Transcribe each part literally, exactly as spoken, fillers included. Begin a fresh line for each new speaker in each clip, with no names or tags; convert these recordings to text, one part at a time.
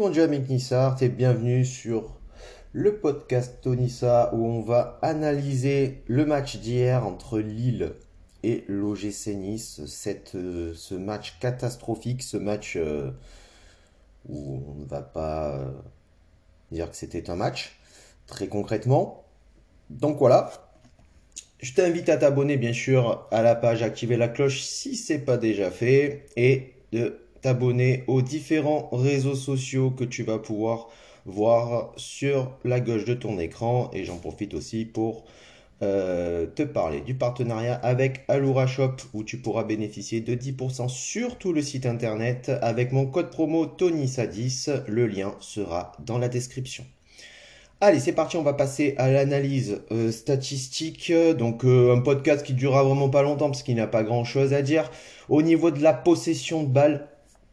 bonjour Mick Nissart et bienvenue sur le podcast Tonissa où on va analyser le match d'hier entre Lille et l'O G C Nice. Cette, euh, ce match catastrophique, ce match euh, où on ne va pas euh, dire que c'était un match, très concrètement. Donc voilà, je t'invite à t'abonner bien sûr à la page, activer la cloche si c'est pas déjà fait et de t'abonner aux différents réseaux sociaux que tu vas pouvoir voir sur la gauche de ton écran. Et j'en profite aussi pour euh, te parler du partenariat avec Alura Shop où tu pourras bénéficier de dix pour cent sur tout le site internet avec mon code promo Tonissa dix. Le lien sera dans la description. Allez, c'est parti, on va passer à l'analyse euh, statistique. Donc euh, un podcast qui durera vraiment pas longtemps parce qu'il n'y a pas grand-chose à dire. Au niveau de la possession de balle,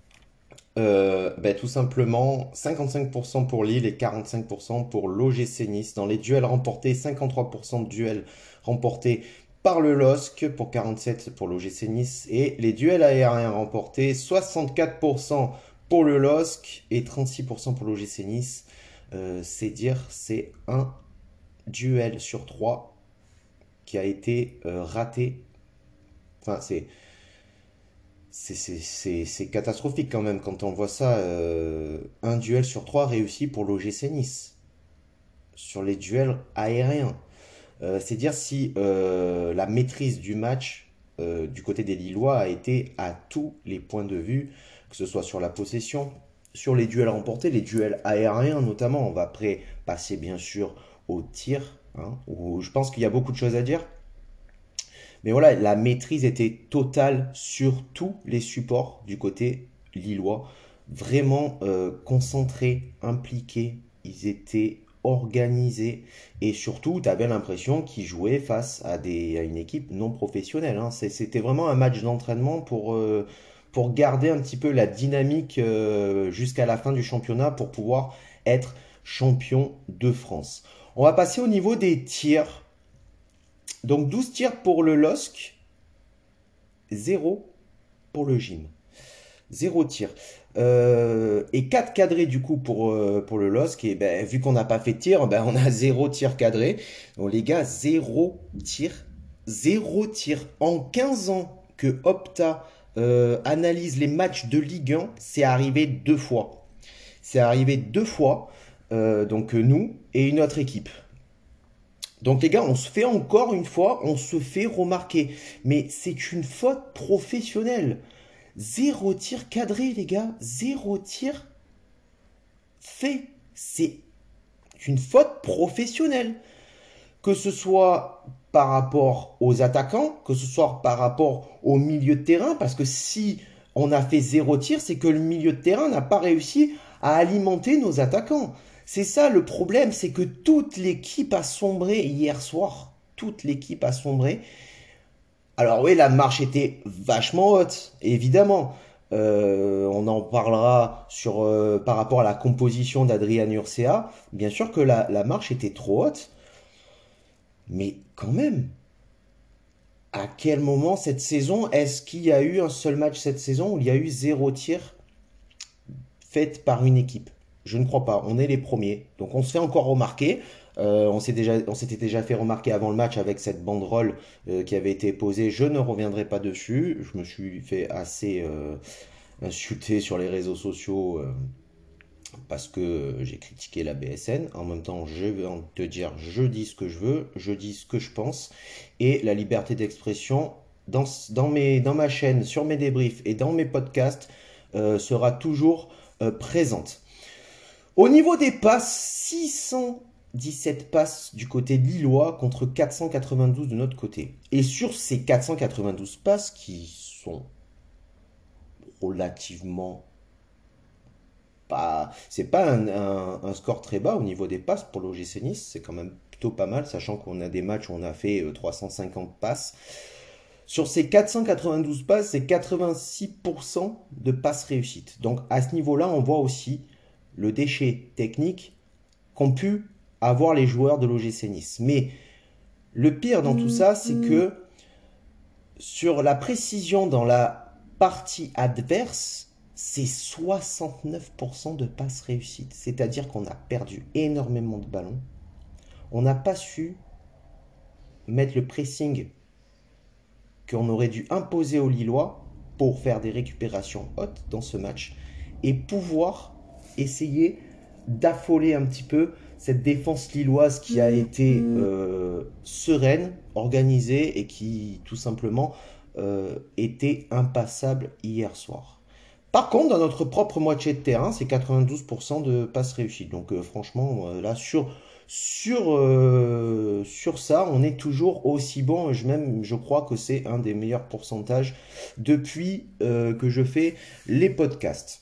euh, ben, tout simplement cinquante-cinq pour cent pour Lille et quarante-cinq pour cent pour l'O G C Nice. Dans les duels remportés, cinquante-trois pour cent de duels remportés par le L O S C pour quarante-sept pour l'O G C Nice. Et les duels aériens remportés, soixante-quatre pour cent pour le L O S C et trente-six pour cent pour l'O G C Nice. Euh, c'est dire, c'est un duel sur trois qui a été euh, raté. Enfin, c'est, c'est, c'est, c'est, c'est catastrophique quand même quand on voit ça. Euh, un duel sur trois réussi pour l'O G C Nice sur les duels aériens. Euh, c'est dire si euh, la maîtrise du match euh, du côté des Lillois a été à tous les points de vue, que ce soit sur la possession, sur les duels remportés, les duels aériens notamment. On va après passer bien sûr au tir, hein, où je pense qu'il y a beaucoup de choses à dire. Mais voilà, la maîtrise était totale sur tous les supports du côté lillois. Vraiment euh, concentrés, impliqués. Ils étaient organisés. Et surtout, tu avais l'impression qu'ils jouaient face à, des, à une équipe non professionnelle. Hein. C'est- C'était vraiment un match d'entraînement pour, euh, pour garder un petit peu la dynamique euh, jusqu'à la fin du championnat pour pouvoir être champion de France. On va passer au niveau des tirs. Donc douze tirs pour le L O S C, zéro pour le gym. Zéro tir. Euh, et quatre cadrés du coup pour, euh, pour le L O S C. Et ben, vu qu'on n'a pas fait de tir, ben, on a zéro tir cadré. Donc les gars, zéro tir. Zéro tir. En quinze ans que Opta euh, analyse les matchs de Ligue un, c'est arrivé deux fois. C'est arrivé deux fois. Euh, donc nous et une autre équipe. Donc les gars, on se fait encore une fois, on se fait remarquer. Mais c'est une faute professionnelle. Zéro tir cadré, les gars. Zéro tir fait. C'est une faute professionnelle. Que ce soit par rapport aux attaquants, que ce soit par rapport au milieu de terrain. Parce que si on a fait zéro tir, c'est que le milieu de terrain n'a pas réussi à alimenter nos attaquants. C'est ça le problème, c'est que toute l'équipe a sombré hier soir. Toute l'équipe a sombré. Alors oui, la marche était vachement haute, évidemment. Euh, on en parlera sur, euh, par rapport à la composition d'Adrian Urcea. Bien sûr que la, la marche était trop haute, mais quand même, à quel moment cette saison, est-ce qu'il y a eu un seul match cette saison où il y a eu zéro tir fait par une équipe? Je ne crois pas. On est les premiers. Donc on se fait encore remarquer. Euh, on s'est déjà, on s'était déjà fait remarquer avant le match avec cette banderole euh, qui avait été posée. Je ne reviendrai pas dessus. Je me suis fait assez euh, insulter sur les réseaux sociaux euh, parce que j'ai critiqué la B S N. En même temps, je vais te dire, je dis ce que je veux, je dis ce que je pense. Et la liberté d'expression dans, dans, mes, dans ma chaîne, sur mes débriefs et dans mes podcasts euh, sera toujours euh, présente. Au niveau des passes, six cent dix-sept passes du côté lillois contre quatre cent quatre-vingt-douze de notre côté. Et sur ces quatre cent quatre-vingt-douze passes qui sont relativement pas... C'est pas un, un- un score très bas au niveau des passes pour l'O G C Nice. C'est quand même plutôt pas mal, sachant qu'on a des matchs où on a fait euh, trois cent cinquante passes. Sur ces quatre cent quatre-vingt-douze passes, c'est quatre-vingt-six pour cent de passes réussites. Donc à ce niveau-là, on voit aussi le déchet technique qu'ont pu avoir les joueurs de l'O G C Nice. Mais le pire dans tout ça, c'est que sur la précision dans la partie adverse, c'est soixante-neuf pour cent de passes réussites. C'est-à-dire qu'on a perdu énormément de ballons. On n'a pas su mettre le pressing qu'on aurait dû imposer aux Lillois pour faire des récupérations hautes dans ce match et pouvoir essayer d'affoler un petit peu cette défense lilloise qui a été euh, sereine, organisée et qui tout simplement euh, était impassable hier soir. Par contre, dans notre propre moitié de terrain, c'est quatre-vingt-douze pour cent de passes réussies. Donc euh, franchement, euh, là, sur, sur, euh, sur ça, on est toujours aussi bon. Je, même, je crois que c'est un des meilleurs pourcentages depuis euh, que je fais les podcasts.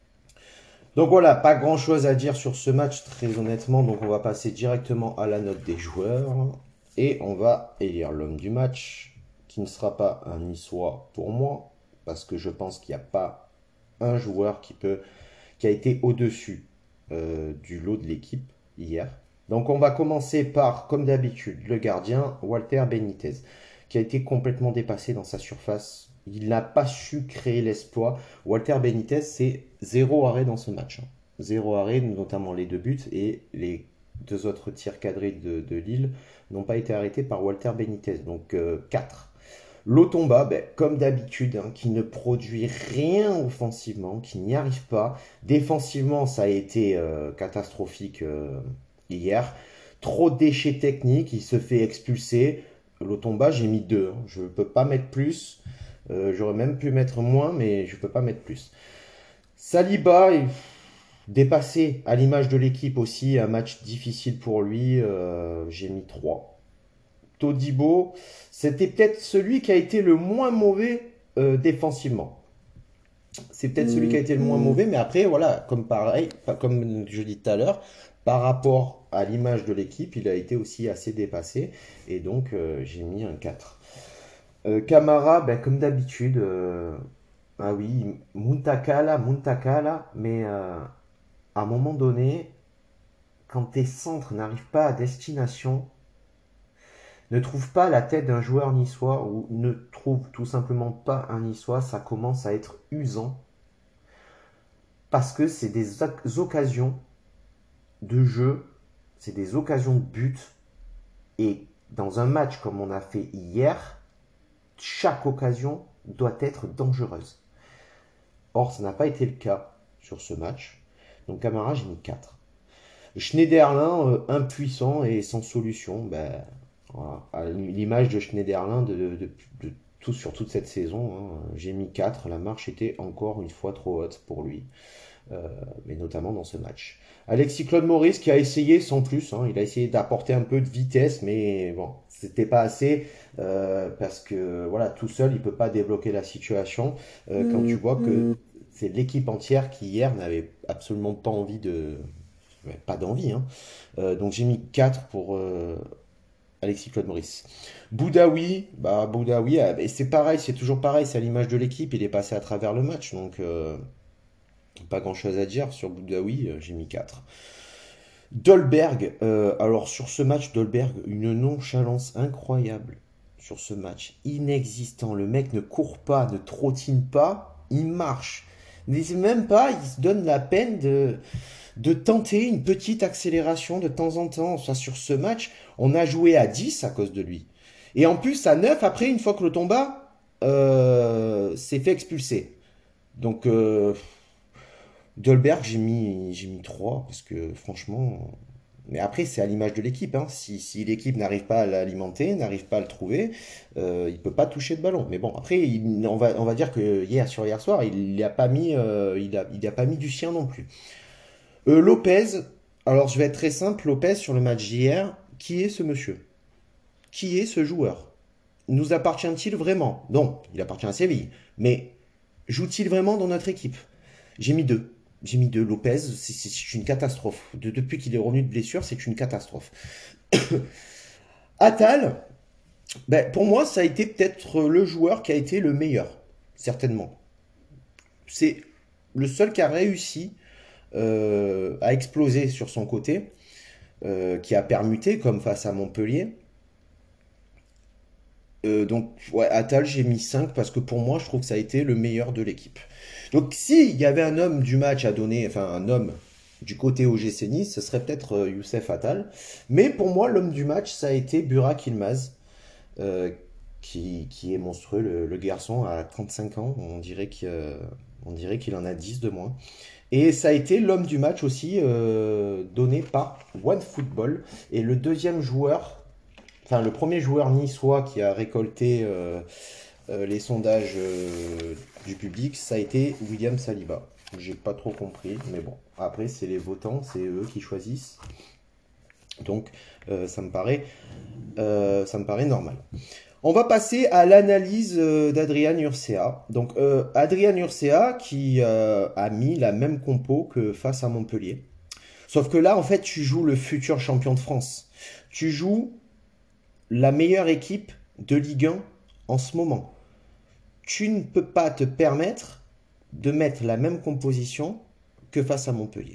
Donc voilà, pas grand chose à dire sur ce match, très honnêtement. Donc on va passer directement à la note des joueurs. Et on va élire l'homme du match, qui ne sera pas un niçois pour moi, parce que je pense qu'il n'y a pas un joueur qui, peut, qui a été au-dessus euh, du lot de l'équipe hier. Donc on va commencer par, comme d'habitude, le gardien, Walter Benitez, qui a été complètement dépassé dans sa surface. Il n'a pas su créer l'exploit. Walter Benitez, c'est zéro arrêt dans ce match. Zéro arrêt, notamment les deux buts et les deux autres tirs cadrés de, de Lille n'ont pas été arrêtés par Walter Benitez. Donc euh, quatre. Lotomba, ben, comme d'habitude, hein, qui ne produit rien offensivement, qui n'y arrive pas. Défensivement, ça a été euh, catastrophique euh, hier. Trop de déchets techniques, il se fait expulser. Lotomba, j'ai mis deux. Hein. Je ne peux pas mettre plus. Euh, J'aurais même pu mettre moins, mais je ne peux pas mettre plus. Saliba est dépassé à l'image de l'équipe aussi. Un match difficile pour lui. Euh, j'ai mis trois. Todibo, c'était peut-être celui qui a été le moins mauvais euh, défensivement. C'est peut-être celui qui a été le moins mauvais, mais après, voilà, comme pareil, comme je dis tout à l'heure, par rapport à l'image de l'équipe, il a été aussi assez dépassé. Et donc, euh, j'ai mis un quatre. Euh, Camara, ben, comme d'habitude, euh, ah oui, Muntakala, Muntakala, mais euh, à un moment donné, quand tes centres n'arrivent pas à destination, ne trouve pas la tête d'un joueur niçois ou ne trouve tout simplement pas un niçois, ça commence à être usant parce que c'est des occasions de jeu, c'est des occasions de but et dans un match comme on a fait hier, chaque occasion doit être dangereuse. Or, ça n'a pas été le cas sur ce match. Donc Camara, j'ai mis quatre. Schneiderlin, euh, impuissant et sans solution, ben, voilà. À l'image de Schneiderlin de, de, de, de tout, sur toute cette saison, hein, j'ai mis quatre. La marche était encore une fois trop haute pour lui, euh, mais notamment dans ce match. Alexis Claude Maurice qui a essayé sans plus, hein, il a essayé d'apporter un peu de vitesse, mais bon, c'était pas assez euh, parce que voilà, tout seul, il peut pas débloquer la situation euh, quand tu vois que c'est l'équipe entière qui hier n'avait absolument pas envie de, pas d'envie, hein. Euh, donc j'ai mis quatre pour euh, Alexis Claude Maurice. Boudaoui, bah Boudaoui, et c'est pareil, c'est toujours pareil, c'est à l'image de l'équipe, il est passé à travers le match, donc euh, pas grand chose à dire sur Boudaoui, euh, j'ai mis quatre. Dolberg, euh, alors sur ce match, Dolberg, une nonchalance incroyable sur ce match, inexistant. Le mec ne court pas, ne trottine pas, il marche. Mais même pas, il se donne la peine de, de tenter une petite accélération de temps en temps. Ça, sur ce match, on a joué à dix à cause de lui. Et en plus, à neuf, après, une fois que le tomba, euh, s'est fait expulser. Donc, euh, Dolberg, j'ai mis, j'ai mis trois parce que franchement. Mais après, c'est à l'image de l'équipe. Hein. Si, si l'équipe n'arrive pas à l'alimenter, n'arrive pas à le trouver, euh, il ne peut pas toucher de ballon. Mais bon, après, il- on va, on va dire que hier, sur hier soir, il n'a pas mis, euh, il a, il a pas mis du sien non plus. Euh, Lopez, alors je vais être très simple, Lopez sur le match d'hier, qui est ce monsieur? Qui est ce joueur? Nous appartient-il vraiment? Non, il appartient à Séville. Mais joue-t-il vraiment dans notre équipe? J'ai mis deux. J'ai mis deux. Lopez, c'est c'est une catastrophe. De- depuis qu'il est revenu de blessure, c'est une catastrophe. Attal, ben, pour moi, ça a été peut-être le joueur qui a été le meilleur, certainement. C'est le seul qui a réussi euh, à exploser sur son côté, euh, qui a permuté, comme face à Montpellier. Euh, donc, ouais, Attal, j'ai mis cinq parce que pour moi, je trouve que ça a été le meilleur de l'équipe. Donc, s'il y avait un homme du match à donner, enfin, un homme du côté O G C Nice, ce serait peut-être euh, Youssef Attal. Mais pour moi, l'homme du match, ça a été Burak Yılmaz, euh, qui, qui est monstrueux. Le, le garçon a trente-cinq ans, on dirait qu'il euh, on dirait qu'il en a dix de moins. Et ça a été l'homme du match aussi, euh, donné par OneFootball. Et le deuxième joueur, enfin le premier joueur niçois qui a récolté euh, euh, les sondages euh, du public, ça a été William Saliba. J'ai pas trop compris, mais bon. Après, c'est les votants, c'est eux qui choisissent. Donc, euh, ça me paraît, euh, ça me paraît normal. On va passer à l'analyse euh, d'Adrian Urcea. Donc, euh, Adrian Urcea qui euh, a mis la même compo que face à Montpellier. Sauf que là, en fait, tu joues le futur champion de France. Tu joues la meilleure équipe de Ligue un en ce moment. Tu ne peux pas te permettre de mettre la même composition que face à Montpellier.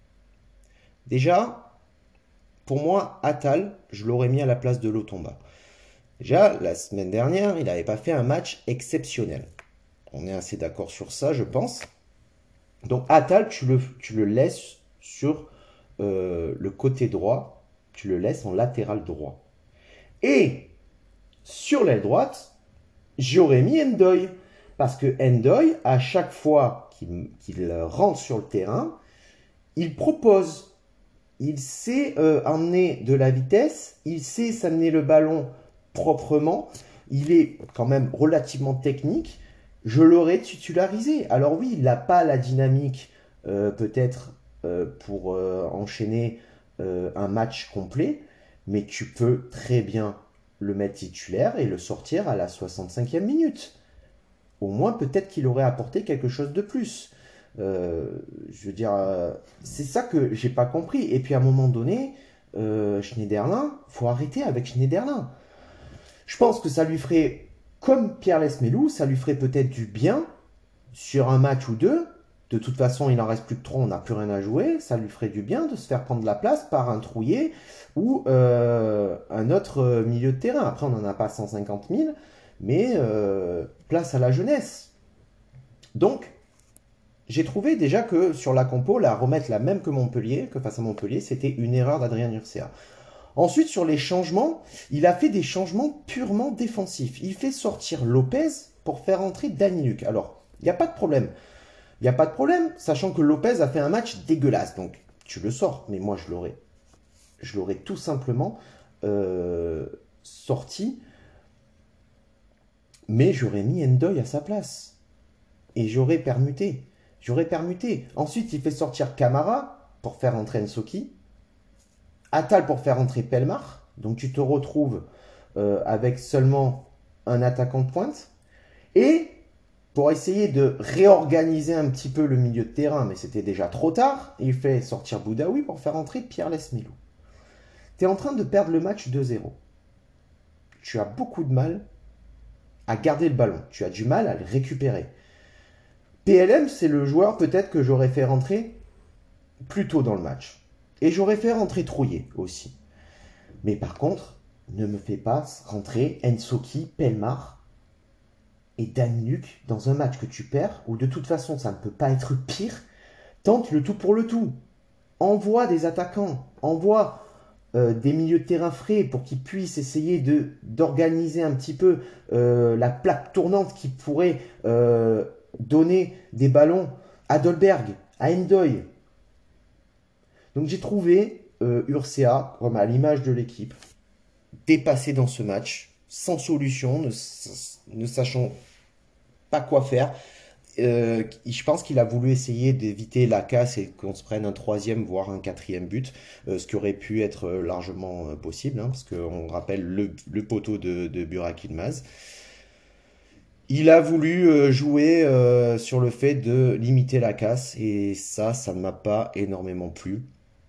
Déjà, pour moi, Attal, je l'aurais mis à la place de Lotomba. Déjà, la semaine dernière, il n'avait pas fait un match exceptionnel. On est assez d'accord sur ça, je pense. Donc Attal, tu le, tu le laisses sur euh, le côté droit, tu le laisses en latéral droit. Et sur l'aile droite, j'aurais mis Ndoye. Parce que Ndoye, à chaque fois qu'il qu'il rentre sur le terrain, il propose. Il sait euh, amener de la vitesse, il sait s'amener le ballon proprement, il est quand même relativement technique. Je l'aurais titularisé. Alors oui, il n'a pas la dynamique euh, peut-être euh, pour euh, enchaîner euh, un match complet, mais tu peux très bien le mettre titulaire et le sortir à la soixante-cinquième minute. Au moins, peut-être qu'il aurait apporté quelque chose de plus. Euh, je veux dire, euh, c'est ça que j'ai pas compris. Et puis à un moment donné, euh, Schneiderlin, faut arrêter avec Schneiderlin. Je pense que ça lui ferait, comme Pierre Lesmelou, ça lui ferait peut-être du bien sur un match ou deux. De toute façon, il en reste plus que trois, on n'a plus rien à jouer. Ça lui ferait du bien de se faire prendre la place par un Trouillet ou euh, un autre milieu de terrain. Après, on n'en a pas cent cinquante mille, mais euh, place à la jeunesse. Donc, j'ai trouvé déjà que sur la compo, la remettre la même que Montpellier, que face à Montpellier, c'était une erreur d'Adrien Urcea. Ensuite, sur les changements, il a fait des changements purement défensifs. Il fait sortir Lopez pour faire entrer Daniluk. Alors, il n'y a pas de problème. Il n'y a pas de problème, sachant que Lopez a fait un match dégueulasse. Donc, tu le sors. Mais moi, je l'aurais, je l'aurais tout simplement euh, sorti. Mais j'aurais mis Ndoye à sa place. Et j'aurais permuté. J'aurais permuté. Ensuite, il fait sortir Camara pour faire entrer Nsoki. Attal pour faire entrer Pelmar. Donc tu te retrouves euh, avec seulement un attaquant de pointe. Et pour essayer de réorganiser un petit peu le milieu de terrain, mais c'était déjà trop tard, il fait sortir Boudaoui pour faire entrer Pierre Lesmelou. Tu es en train de perdre le match deux zéro. Tu as beaucoup de mal à garder le ballon. Tu as du mal à le récupérer. P L M, c'est le joueur peut-être que j'aurais fait rentrer plus tôt dans le match. Et j'aurais fait rentrer Trouillet aussi. Mais par contre, ne me fais pas rentrer Nsoki, Pelmar et Daniluk dans un match que tu perds, où de toute façon ça ne peut pas être pire. Tente le tout pour le tout. Envoie des attaquants, envoie euh, des milieux de terrain frais pour qu'ils puissent essayer de, d'organiser un petit peu euh, la plaque tournante qui pourrait euh, donner des ballons à Dolberg, à Ndoye. Donc j'ai trouvé euh, Urcea, comme à l'image de l'équipe, dépassé dans ce match, sans solution, ne, ne sachant pas quoi faire. Euh, je pense qu'il a voulu essayer d'éviter la casse et qu'on se prenne un troisième, voire un quatrième but, euh, ce qui aurait pu être largement euh, possible, hein, parce qu'on rappelle le, le poteau de, de Burak Yılmaz. Il a voulu euh, jouer euh, sur le fait de limiter la casse, et ça, ça ne m'a pas énormément plu.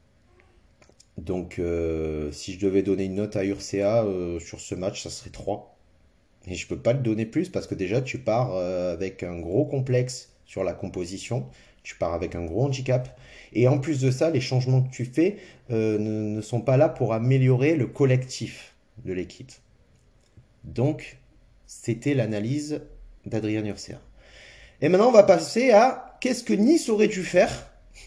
Donc, euh, si je devais donner une note à Urcea euh, sur ce match, ça serait trois. Et je peux pas le donner plus parce que déjà, tu pars euh, avec un gros complexe sur la composition. Tu pars avec un gros handicap. Et en plus de ça, les changements que tu fais euh, ne, ne sont pas là pour améliorer le collectif de l'équipe. Donc, C'était l'analyse d'Adrien Urcer. Et maintenant, on va passer à qu'est-ce que Nice aurait dû faire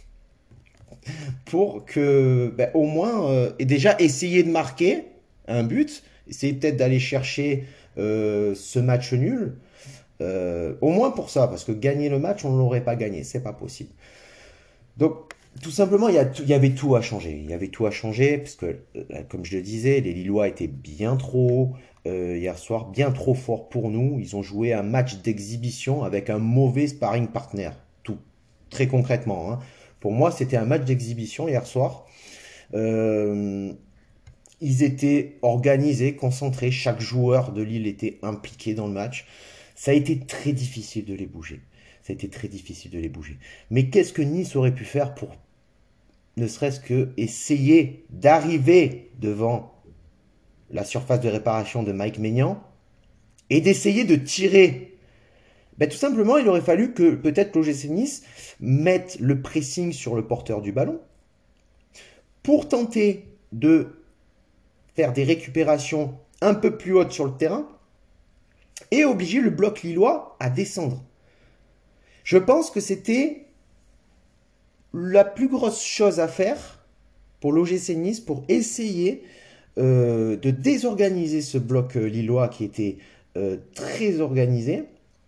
pour que, ben, au moins, euh, et déjà essayer de marquer un but, essayer peut-être d'aller chercher euh, ce match nul, euh, au moins pour ça, parce que gagner le match, on ne l'aurait pas gagné, c'est pas possible. Donc, tout simplement, il y, a tout- il y avait tout à changer. Il y avait tout à changer, parce que, euh, comme je le disais, les Lillois étaient bien trop hauts euh, hier soir, bien trop forts pour nous. Ils ont joué un match d'exhibition avec un mauvais sparring partner. Tout, très concrètement, hein. Pour moi, c'était un match d'exhibition hier soir. Euh, Ils étaient organisés, concentrés. Chaque joueur de Lille était impliqué dans le match. Ça a été très difficile de les bouger. Ça a été très difficile de les bouger. Mais qu'est-ce que Nice aurait pu faire pour ne serait-ce que essayer d'arriver devant la surface de réparation de Mike Maignan et d'essayer de tirer? Ben, tout simplement, il aurait fallu que peut-être l'O G C Nice mette le pressing sur le porteur du ballon pour tenter de faire des récupérations un peu plus hautes sur le terrain et obliger le bloc lillois à descendre. Je pense que c'était la plus grosse chose à faire pour l'O G C Nice pour essayer euh, de désorganiser ce bloc euh, lillois qui était euh, très organisé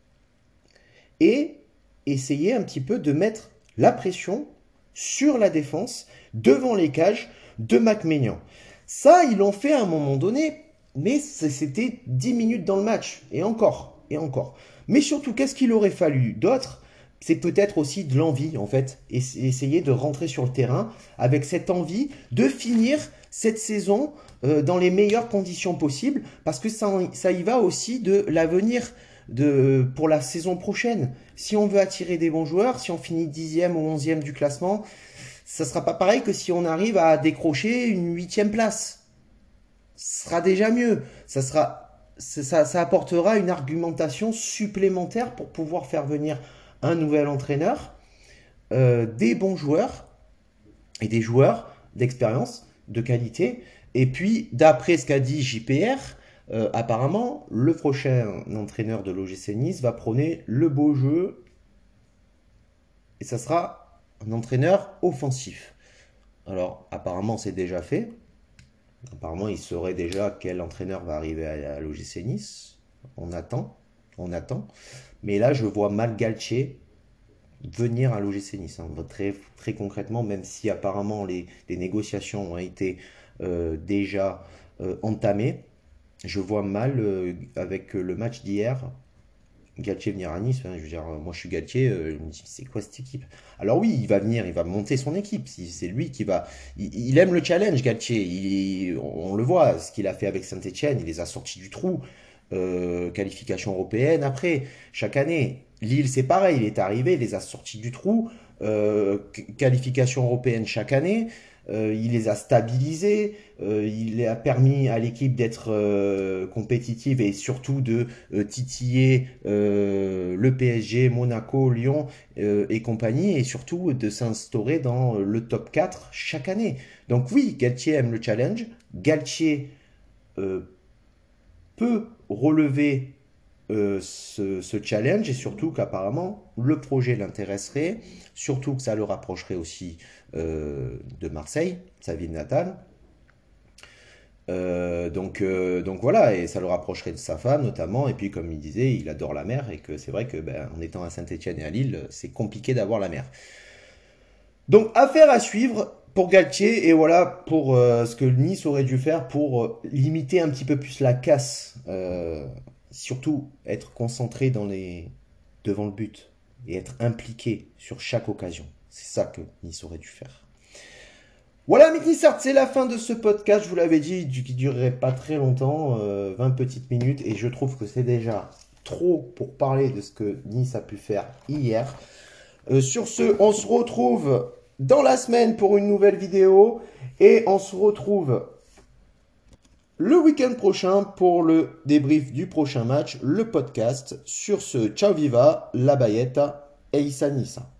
et essayer un petit peu de mettre la pression sur la défense devant les cages de Mike Maignan. Ça, ils l'ont fait à un moment donné, mais c'était dix minutes dans le match, et encore, et encore. Mais surtout, qu'est-ce qu'il aurait fallu d'autre? C'est peut-être aussi de l'envie, en fait, et essayer de rentrer sur le terrain avec cette envie de finir cette saison euh, dans les meilleures conditions possibles, parce que ça, ça y va aussi de l'avenir de, pour la saison prochaine. Si on veut attirer des bons joueurs, si on finit dixième ou onzième du classement, ça sera pas pareil que si on arrive à décrocher une huitième place. Ce sera déjà mieux. Ça sera, ça, ça apportera une argumentation supplémentaire pour pouvoir faire venir un nouvel entraîneur, euh, des bons joueurs et des joueurs d'expérience, de qualité. Et puis, d'après ce qu'a dit J P R, euh, apparemment, le prochain entraîneur de l'O G C Nice va prôner le beau jeu et ça sera un entraîneur offensif. Alors, apparemment, c'est déjà fait. Apparemment, il saurait déjà quel entraîneur va arriver à, à l'O G C Nice. On attend, on attend. Mais là, je vois mal Galtier venir à l'O G C Nice. Hein. Très, très concrètement, même si apparemment les, les négociations ont été euh, déjà euh, entamées, je vois mal, euh, avec le match d'hier, Galtier venir à Nice. Hein, je veux dire, moi je suis Galtier, euh, je me dis, c'est quoi cette équipe? Alors oui, il va venir, il va monter son équipe. C'est lui qui va. Il, il aime le challenge, Galtier. Il, on le voit, ce qu'il a fait avec Saint-Etienne, il les a sortis du trou. Euh, qualification européenne après, chaque année. Lille, c'est pareil, il est arrivé, il les a sortis du trou. Euh, qualification européenne chaque année. Euh, il les a stabilisés, euh, il a permis à l'équipe d'être euh, compétitive et surtout de euh, titiller euh, le P S G, Monaco, Lyon euh, et compagnie, et surtout de s'instaurer dans le top quatre chaque année. Donc oui, Galtier aime le challenge, Galtier euh, peut relever euh, ce, ce challenge, et surtout qu'apparemment le projet l'intéresserait, surtout que ça le rapprocherait aussi euh, de Marseille, sa ville natale. Euh, donc, euh, donc voilà, et ça le rapprocherait de sa femme notamment, et puis comme il disait, il adore la mer, et que c'est vrai que ben, en étant à Saint-Etienne et à Lille, c'est compliqué d'avoir la mer. Donc affaire à suivre pour Galtier, et voilà pour euh, ce que Nice aurait dû faire pour euh, limiter un petit peu plus la casse, euh, surtout être concentré dans les... devant le but et être impliqué sur chaque occasion. C'est ça que Nice aurait dû faire. Voilà, Miknissart, c'est la fin de ce podcast. Je vous l'avais dit, qui durerait pas très longtemps, euh, vingt petites minutes, et je trouve que c'est déjà trop pour parler de ce que Nice a pu faire hier. Euh, sur ce, on se retrouve dans la semaine pour une nouvelle vidéo, et on se retrouve le week-end prochain pour le débrief du prochain match, le podcast. Sur ce, ciao viva, la Bayette et Issa Nissa.